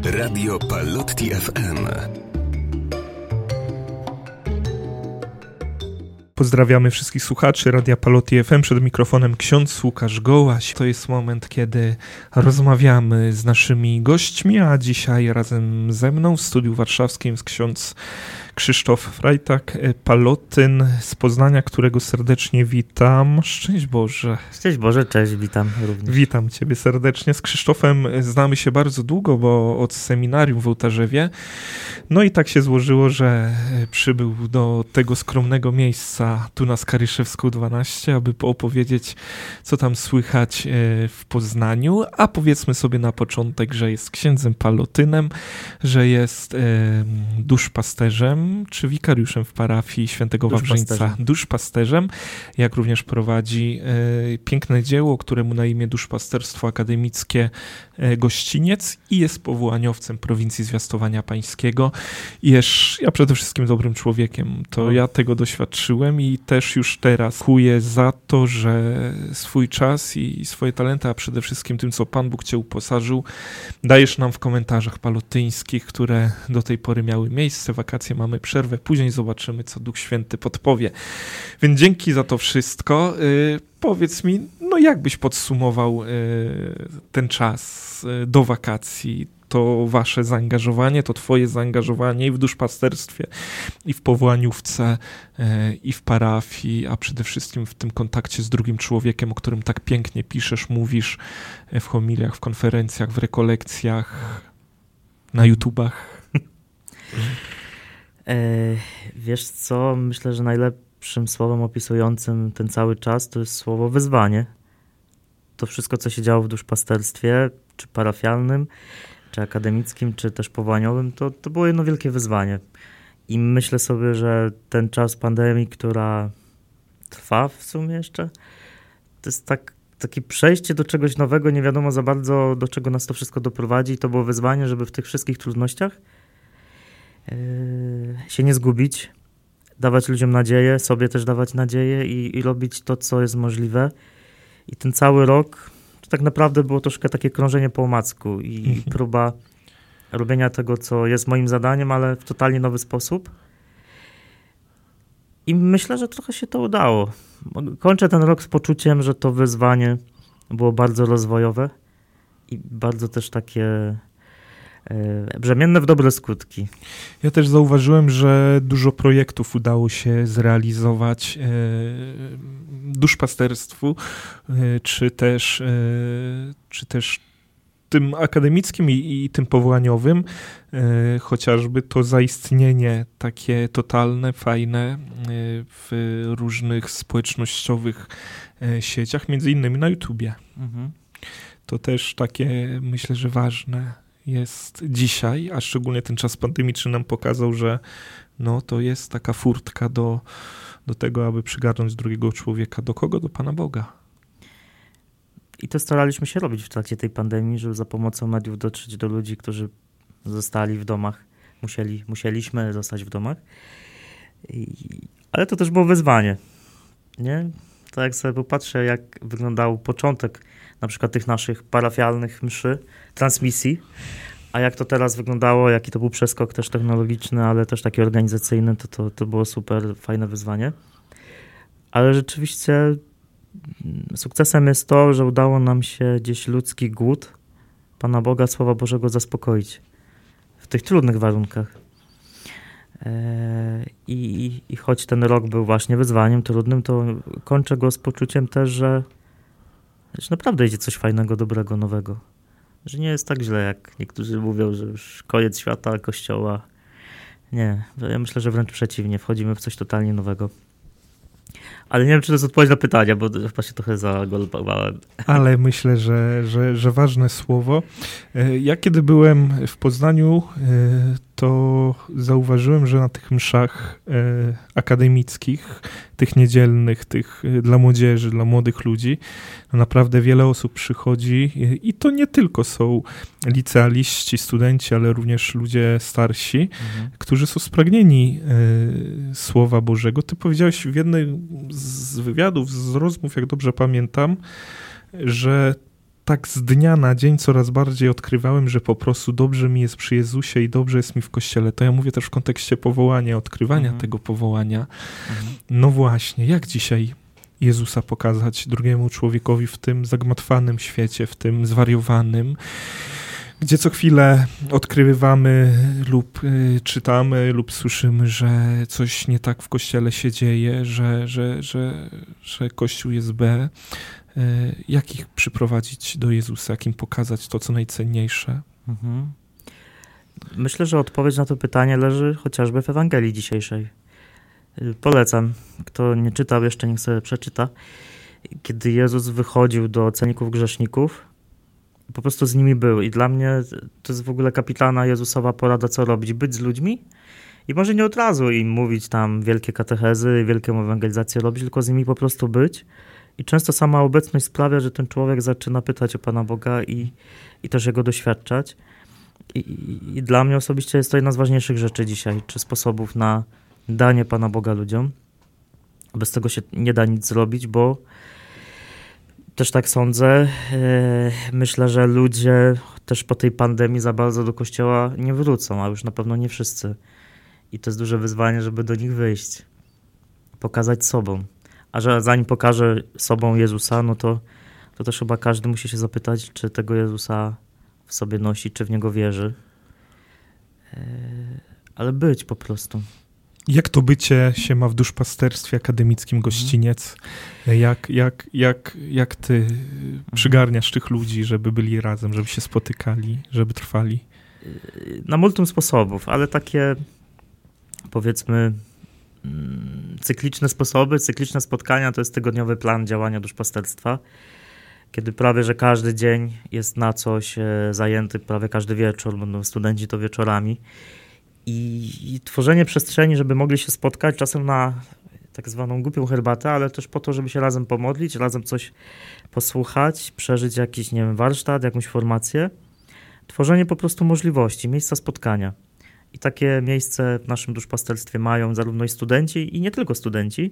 Radio Palotti FM. Pozdrawiamy wszystkich słuchaczy Radia Palotti FM. Przed mikrofonem ksiądz Łukasz Gołaś. To jest moment, kiedy rozmawiamy z naszymi gośćmi, a dzisiaj razem ze mną w studiu warszawskim jest ksiądz Krzysztof Frajtak, Palotyn z Poznania, którego serdecznie witam. Szczęść Boże. Szczęść Boże, cześć, witam również. Witam Ciebie serdecznie. Z Krzysztofem znamy się bardzo długo, bo od seminarium w Ołtarzewie. No i tak się złożyło, że przybył do tego skromnego miejsca tu na Skaryszewską 12, aby opowiedzieć, co tam słychać w Poznaniu. A powiedzmy sobie na początek, że jest księdzem Palotynem, że jest duszpasterzem, czy wikariuszem w parafii Świętego Wawrzyńca, duszpasterzem, jak również prowadzi piękne dzieło, któremu na imię Duszpasterstwo Akademickie Gościniec i jest powołaniowcem prowincji Zwiastowania Pańskiego. I jest ja przede wszystkim dobrym człowiekiem. To ja tego doświadczyłem i też już teraz dziękuję za to, że swój czas i swoje talenty, a przede wszystkim tym, co Pan Bóg Cię uposażył, dajesz nam w komentarzach palotyńskich, które do tej pory miały miejsce. Wakacje mamy przerwę, później zobaczymy, co Duch Święty podpowie. Więc dzięki za to wszystko. Powiedz mi, no jak byś podsumował ten czas do wakacji, to wasze zaangażowanie, to twoje zaangażowanie i w duszpasterstwie, i w powołaniówce, i w parafii, a przede wszystkim w tym kontakcie z drugim człowiekiem, o którym tak pięknie piszesz, mówisz w homiliach, w konferencjach, w rekolekcjach, na YouTubach. Wiesz co, myślę, że najlepszym słowem opisującym ten cały czas to jest słowo wyzwanie. To wszystko, co się działo w duszpasterstwie, czy parafialnym, czy akademickim, czy też powołaniowym, to było jedno wielkie wyzwanie. I myślę sobie, że ten czas pandemii, która trwa w sumie jeszcze, to jest takie przejście do czegoś nowego, nie wiadomo za bardzo, do czego nas to wszystko doprowadzi. I to było wyzwanie, żeby w tych wszystkich trudnościach się nie zgubić, dawać ludziom nadzieję, sobie też dawać nadzieję i robić to, co jest możliwe. I ten cały rok to tak naprawdę było troszkę takie krążenie po omacku i próba robienia tego, co jest moim zadaniem, ale w totalnie nowy sposób. I myślę, że trochę się to udało. Kończę ten rok z poczuciem, że to wyzwanie było bardzo rozwojowe i bardzo też takie brzemienne w dobre skutki. Ja też zauważyłem, że dużo projektów udało się zrealizować duszpasterstwu, czy też tym akademickim i tym powołaniowym, chociażby to zaistnienie takie totalne, fajne w różnych społecznościowych sieciach, między innymi na YouTubie. Mhm. To też takie, myślę, że ważne jest dzisiaj, a szczególnie ten czas pandemiczny nam pokazał, że no, to jest taka furtka do tego, aby przygarnąć drugiego człowieka. Do kogo? Do Pana Boga. I to staraliśmy się robić w trakcie tej pandemii, żeby za pomocą mediów dotrzeć do ludzi, którzy zostali w domach. Musieliśmy zostać w domach. Ale to też było wyzwanie. Nie? Tak jak sobie popatrzę, jak wyglądał początek na przykład tych naszych parafialnych mszy, transmisji, a jak to teraz wyglądało, jaki to był przeskok też technologiczny, ale też taki organizacyjny, to było super fajne wyzwanie. Ale rzeczywiście sukcesem jest to, że udało nam się gdzieś ludzki głód Pana Boga, Słowa Bożego zaspokoić w tych trudnych warunkach. I choć ten rok był właśnie wyzwaniem trudnym, to kończę go z poczuciem też, że naprawdę idzie coś fajnego, dobrego, nowego. Że nie jest tak źle, jak niektórzy mówią, że już koniec świata, Kościoła. Nie, ja myślę, że wręcz przeciwnie, wchodzimy w coś totalnie nowego. Ale nie wiem, czy to jest odpowiedź na pytania, bo chyba się trochę zagolbałem. Ale myślę, że ważne słowo. Ja kiedy byłem w Poznaniu, to zauważyłem, że na tych mszach akademickich, tych niedzielnych, tych dla młodzieży, dla młodych ludzi, no naprawdę wiele osób przychodzi i to nie tylko są licealiści, studenci, ale również ludzie starsi, którzy są spragnieni Słowa Bożego. Ty powiedziałeś w jednym z wywiadów, z rozmów, jak dobrze pamiętam, że tak z dnia na dzień coraz bardziej odkrywałem, że po prostu dobrze mi jest przy Jezusie i dobrze jest mi w Kościele. To ja mówię też w kontekście powołania, odkrywania tego powołania. No właśnie, jak dzisiaj Jezusa pokazać drugiemu człowiekowi w tym zagmatwanym świecie, w tym zwariowanym, gdzie co chwilę odkrywamy lub czytamy lub słyszymy, że coś nie tak w Kościele się dzieje, że Kościół jest B. Jak ich przyprowadzić do Jezusa, jak im pokazać to, co najcenniejsze? Myślę, że odpowiedź na to pytanie leży chociażby w Ewangelii dzisiejszej. Polecam. Kto nie czytał jeszcze, niech sobie przeczyta. Kiedy Jezus wychodził do celników grzeszników, po prostu z nimi był. I dla mnie to jest w ogóle kapitalna Jezusowa porada, co robić. Być z ludźmi i może nie od razu im mówić tam wielkie katechezy, wielką ewangelizację robić, tylko z nimi po prostu być. I często sama obecność sprawia, że ten człowiek zaczyna pytać o Pana Boga i też Jego doświadczać. I dla mnie osobiście jest to jedna z ważniejszych rzeczy dzisiaj, czy sposobów na danie Pana Boga ludziom. Bez tego się nie da nic zrobić, bo też tak sądzę. Myślę, że ludzie też po tej pandemii za bardzo do Kościoła nie wrócą, a już na pewno nie wszyscy. I to jest duże wyzwanie, żeby do nich wyjść, pokazać sobą. A że zanim pokaże sobą Jezusa, no to też chyba każdy musi się zapytać, czy tego Jezusa w sobie nosi, czy w Niego wierzy. Ale być po prostu. Jak to bycie się ma w duszpasterstwie akademickim Gościniec? Jak ty przygarniasz tych ludzi, żeby byli razem, żeby się spotykali, żeby trwali? Na multum sposobów, ale takie powiedzmy cykliczne sposoby, cykliczne spotkania to jest tygodniowy plan działania duszpasterstwa, kiedy prawie, że każdy dzień jest na coś zajęty, prawie każdy wieczór, będą studenci to wieczorami. I tworzenie przestrzeni, żeby mogli się spotkać czasem na tak zwaną głupią herbatę, ale też po to, żeby się razem pomodlić, razem coś posłuchać, przeżyć jakiś, nie wiem, warsztat, jakąś formację. Tworzenie po prostu możliwości, miejsca spotkania. I takie miejsce w naszym duszpasterstwie mają zarówno i studenci, i nie tylko studenci.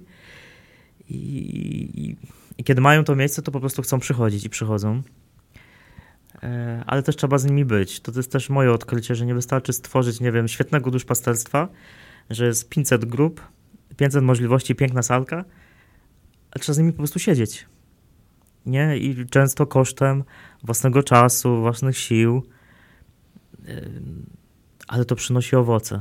I kiedy mają to miejsce, to po prostu chcą przychodzić i przychodzą. Ale też trzeba z nimi być. To jest też moje odkrycie, że nie wystarczy stworzyć, nie wiem, świetnego duszpasterstwa, że jest 500 grup, 500 możliwości, piękna salka, ale trzeba z nimi po prostu siedzieć. Nie? I często kosztem własnego czasu, własnych sił, ale to przynosi owoce.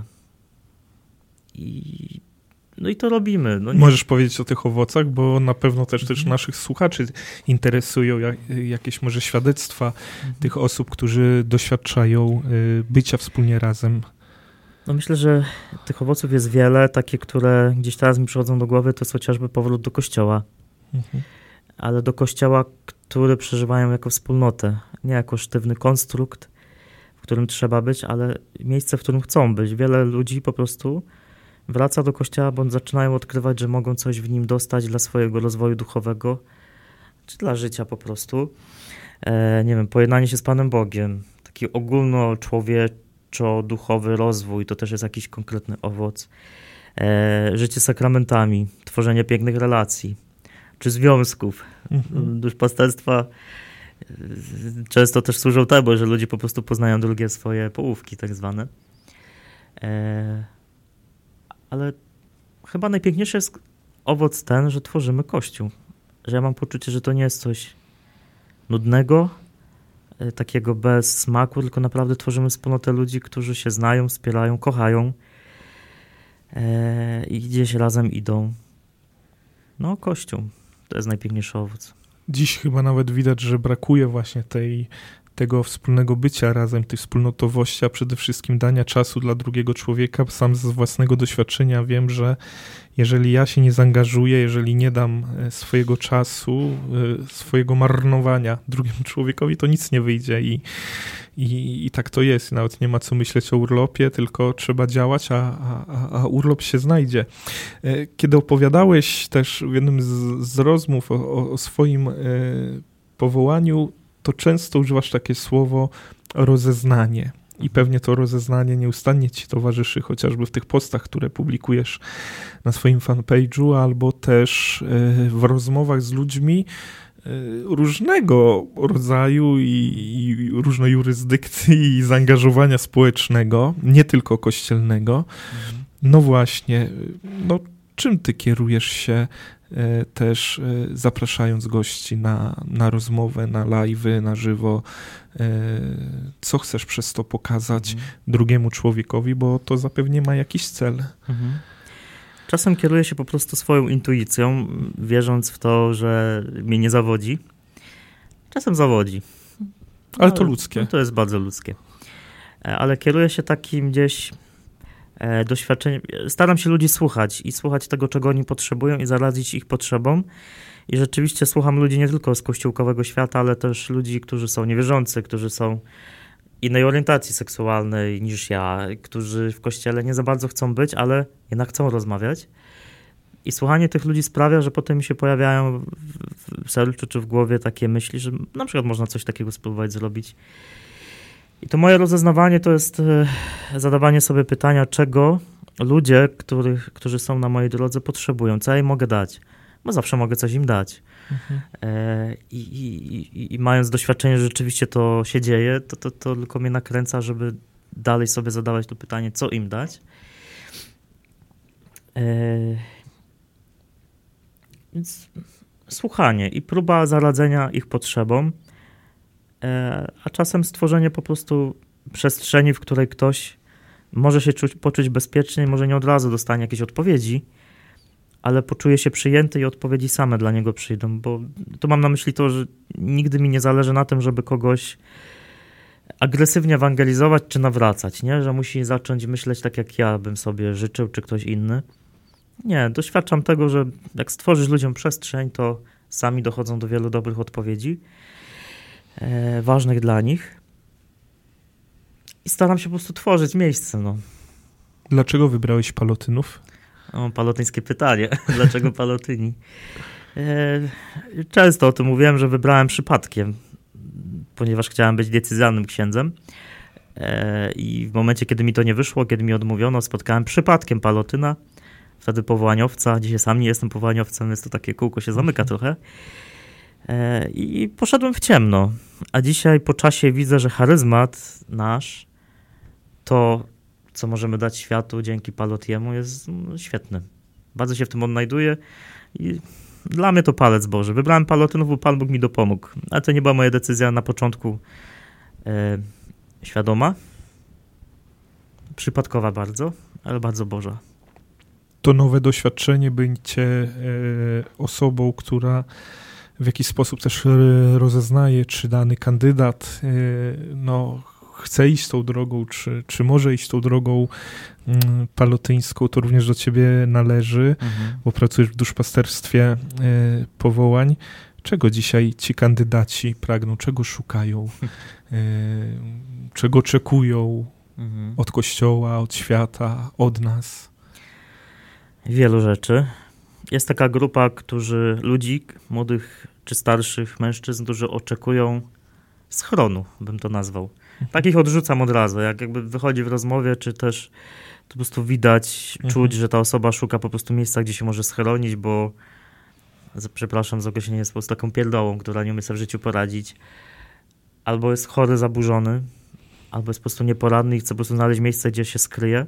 No i to robimy. No Możesz powiedzieć o tych owocach, bo na pewno też naszych słuchaczy interesują jakieś może świadectwa tych osób, którzy doświadczają bycia wspólnie razem. No myślę, że tych owoców jest wiele. Takie, które gdzieś teraz mi przychodzą do głowy, to jest chociażby powrót do Kościoła. Ale do Kościoła, który przeżywają jako wspólnotę. Nie jako sztywny konstrukt, w którym trzeba być, ale miejsce, w którym chcą być. Wiele ludzi po prostu wraca do Kościoła, bądź zaczynają odkrywać, że mogą coś w nim dostać dla swojego rozwoju duchowego, czy dla życia po prostu. Nie wiem, pojednanie się z Panem Bogiem, taki ogólnoczłowieczo-duchowy rozwój, to też jest jakiś konkretny owoc. Życie sakramentami, tworzenie pięknych relacji, czy związków. Duszpasterstwa często też służą temu, że ludzie po prostu poznają drugie swoje połówki tak zwane. Ale chyba najpiękniejszy jest owoc ten, że tworzymy Kościół. Że ja mam poczucie, że to nie jest coś nudnego, takiego bez smaku, tylko naprawdę tworzymy wspólnotę ludzi, którzy się znają, wspierają, kochają i gdzieś razem idą. No, Kościół to jest najpiękniejszy owoc. Dziś chyba nawet widać, że brakuje właśnie tego wspólnego bycia razem, tej wspólnotowości, a przede wszystkim dania czasu dla drugiego człowieka. Sam z własnego doświadczenia wiem, że jeżeli ja się nie zaangażuję, jeżeli nie dam swojego czasu, swojego marnowania drugiemu człowiekowi, to nic nie wyjdzie i tak to jest. Nawet nie ma co myśleć o urlopie, tylko trzeba działać, a urlop się znajdzie. Kiedy opowiadałeś też w jednym z rozmów o swoim powołaniu, to często używasz takie słowo rozeznanie. I pewnie to rozeznanie nieustannie ci towarzyszy, chociażby w tych postach, które publikujesz na swoim fanpage'u, albo też w rozmowach z ludźmi, różnego rodzaju i różnej jurysdykcji i zaangażowania społecznego, nie tylko kościelnego. No właśnie, no czym ty kierujesz się też zapraszając gości na rozmowę, na live'y, na żywo? Co chcesz przez to pokazać drugiemu człowiekowi, bo to zapewne ma jakiś cel. Czasem kieruję się po prostu swoją intuicją, wierząc w to, że mnie nie zawodzi. Czasem zawodzi. Ale to ludzkie. To jest bardzo ludzkie. Ale kieruję się takim gdzieś doświadczeniem. Staram się ludzi słuchać i słuchać tego, czego oni potrzebują i zaradzić ich potrzebom. I rzeczywiście słucham ludzi nie tylko z kościółkowego świata, ale też ludzi, którzy są niewierzący, którzy są innej orientacji seksualnej niż ja, którzy w kościele nie za bardzo chcą być, ale jednak chcą rozmawiać. I słuchanie tych ludzi sprawia, że potem mi się pojawiają w sercu czy w głowie takie myśli, że na przykład można coś takiego spróbować zrobić. I to moje rozeznawanie to jest zadawanie sobie pytania, czego ludzie, którzy są na mojej drodze, potrzebują, co ja im mogę dać, bo zawsze mogę coś im dać. I mając doświadczenie, że rzeczywiście to się dzieje, to tylko mnie nakręca, żeby dalej sobie zadawać to pytanie, co im dać. Więc słuchanie i próba zaradzenia ich potrzebom, a czasem stworzenie po prostu przestrzeni, w której ktoś może się poczuć bezpiecznie, może nie od razu dostanie jakieś odpowiedzi, ale poczuje się przyjęty i odpowiedzi same dla niego przyjdą, bo tu mam na myśli to, że nigdy mi nie zależy na tym, żeby kogoś agresywnie ewangelizować czy nawracać, nie? Że musi zacząć myśleć tak, jak ja bym sobie życzył, czy ktoś inny. Nie, doświadczam tego, że jak stworzysz ludziom przestrzeń, to sami dochodzą do wielu dobrych odpowiedzi, ważnych dla nich. I staram się po prostu tworzyć miejsce. No. Dlaczego wybrałeś Palotynów? O, palotyńskie pytanie. Dlaczego Palotyni? Często o tym mówiłem, że wybrałem przypadkiem, ponieważ chciałem być decyzjalnym księdzem. I w momencie, kiedy mi to nie wyszło, kiedy mi odmówiono, spotkałem przypadkiem Palotyna, wtedy powołaniowca. Dzisiaj sam nie jestem powołaniowcem, więc to takie kółko się zamyka trochę. I poszedłem w ciemno. A dzisiaj po czasie widzę, że charyzmat nasz, to co możemy dać światu dzięki Palotiemu, jest świetny. Bardzo się w tym odnajduję i dla mnie to palec Boży. Wybrałem Palotynów, bo Pan Bóg mi dopomógł. Ale to nie była moja decyzja na początku świadoma. Przypadkowa bardzo, ale bardzo Boża. To nowe doświadczenie bycie osobą, która w jakiś sposób też rozeznaje, czy dany kandydat chce iść tą drogą, czy może iść tą drogą palotyńską, to również do ciebie należy, bo pracujesz w duszpasterstwie powołań. Czego dzisiaj ci kandydaci pragną, czego szukają, czego oczekują od Kościoła, od świata, od nas? Wielu rzeczy. Jest taka grupa, ludzi, młodych czy starszych mężczyzn, którzy oczekują schronu, bym to nazwał. Takich odrzucam od razu. Jak jakby wychodzi w rozmowie, czy też to po prostu widać, czuć, że ta osoba szuka po prostu miejsca, gdzie się może schronić, bo przepraszam za określenie, jest po prostu taką pierdołą, która nie umie sobie w życiu poradzić. Albo jest chory, zaburzony, albo jest po prostu nieporadny i chce po prostu znaleźć miejsce, gdzie się skryje.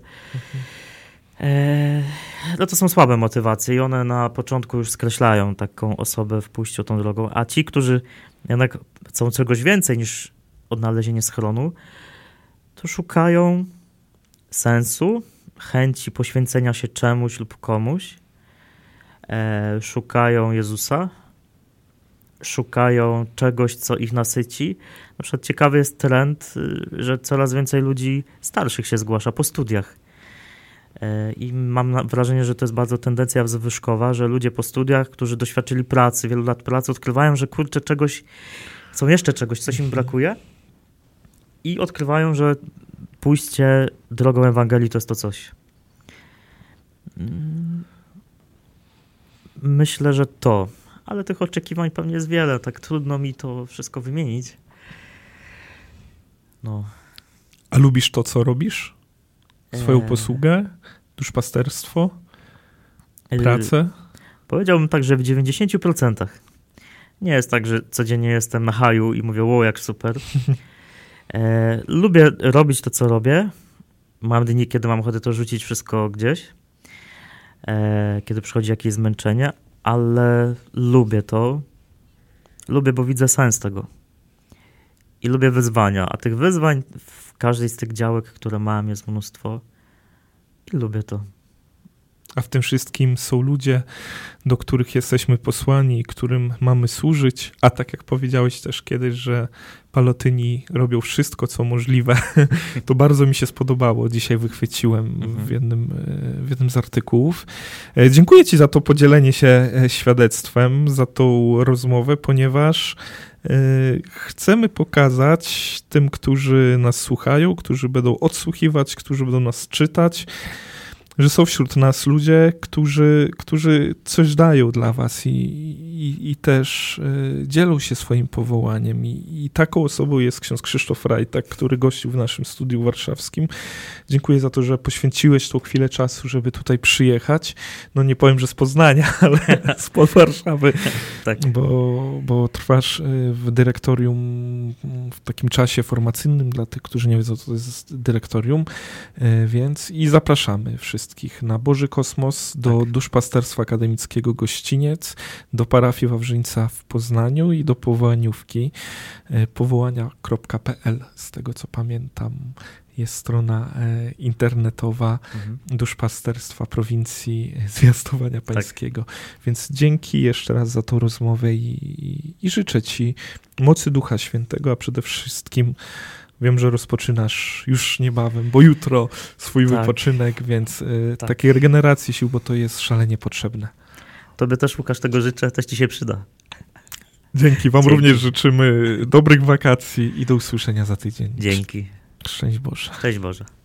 No to są słabe motywacje i one na początku już skreślają taką osobę w pójściu tą drogą, a ci, którzy jednak chcą czegoś więcej niż odnalezienie schronu, to szukają sensu, chęci poświęcenia się czemuś lub komuś, szukają Jezusa, szukają czegoś, co ich nasyci. Na przykład ciekawy jest trend, że coraz więcej ludzi starszych się zgłasza po studiach. I mam wrażenie, że to jest bardzo tendencja wyżkowa, że ludzie po studiach, którzy doświadczyli pracy, wielu lat pracy, odkrywają, że kurczę chcą jeszcze czegoś, coś im brakuje i odkrywają, że pójście drogą Ewangelii to jest to coś. Myślę, że to, ale tych oczekiwań pewnie jest wiele, tak trudno mi to wszystko wymienić. No. A lubisz to, co robisz? Swoją posługę? Duszpasterstwo? Pracę? Powiedziałbym tak, że w 90%. Nie jest tak, że codziennie jestem na haju i mówię, wow, jak super. Lubię robić to, co robię. Mam dni, kiedy mam ochotę to rzucić wszystko gdzieś, kiedy przychodzi jakieś zmęczenie, ale lubię to. Lubię, bo widzę sens tego. I lubię wyzwania, a tych wyzwań w każdej z tych działek, które mam, jest mnóstwo. I lubię to. A w tym wszystkim są ludzie, do których jesteśmy posłani, którym mamy służyć, a tak jak powiedziałeś też kiedyś, że Palotyni robią wszystko, co możliwe, to bardzo mi się spodobało. Dzisiaj wychwyciłem w jednym z artykułów. Dziękuję ci za to podzielenie się świadectwem, za tą rozmowę, ponieważ chcemy pokazać tym, którzy nas słuchają, którzy będą odsłuchiwać, którzy będą nas czytać, że są wśród nas ludzie, którzy coś dają dla was i też dzielą się swoim powołaniem. I taką osobą jest ksiądz Krzysztof Rajtak, który gościł w naszym studiu warszawskim. Dziękuję za to, że poświęciłeś tą chwilę czasu, żeby tutaj przyjechać. No nie powiem, że z Poznania, ale spod Warszawy, tak. bo trwasz w dyrektorium w takim czasie formacyjnym dla tych, którzy nie wiedzą, co to jest dyrektorium, więc i zapraszamy wszystkich na Boży Kosmos, do Duszpasterstwa Akademickiego Gościniec, do parafii Wawrzyńca w Poznaniu i do powołaniówki powołania.pl. Z tego co pamiętam, jest strona internetowa Duszpasterstwa Prowincji Zwiastowania Pańskiego. Więc dzięki jeszcze raz za tą rozmowę i życzę ci mocy Ducha Świętego, a przede wszystkim wiem, że rozpoczynasz już niebawem, bo jutro swój wypoczynek, więc takiej regeneracji sił, bo to jest szalenie potrzebne. Tobie też, Łukasz, tego życzę, też ci się przyda. Dzięki, wam również życzymy dobrych wakacji i do usłyszenia za tydzień. Dzięki. Szczęść Boże. Szczęść Boże.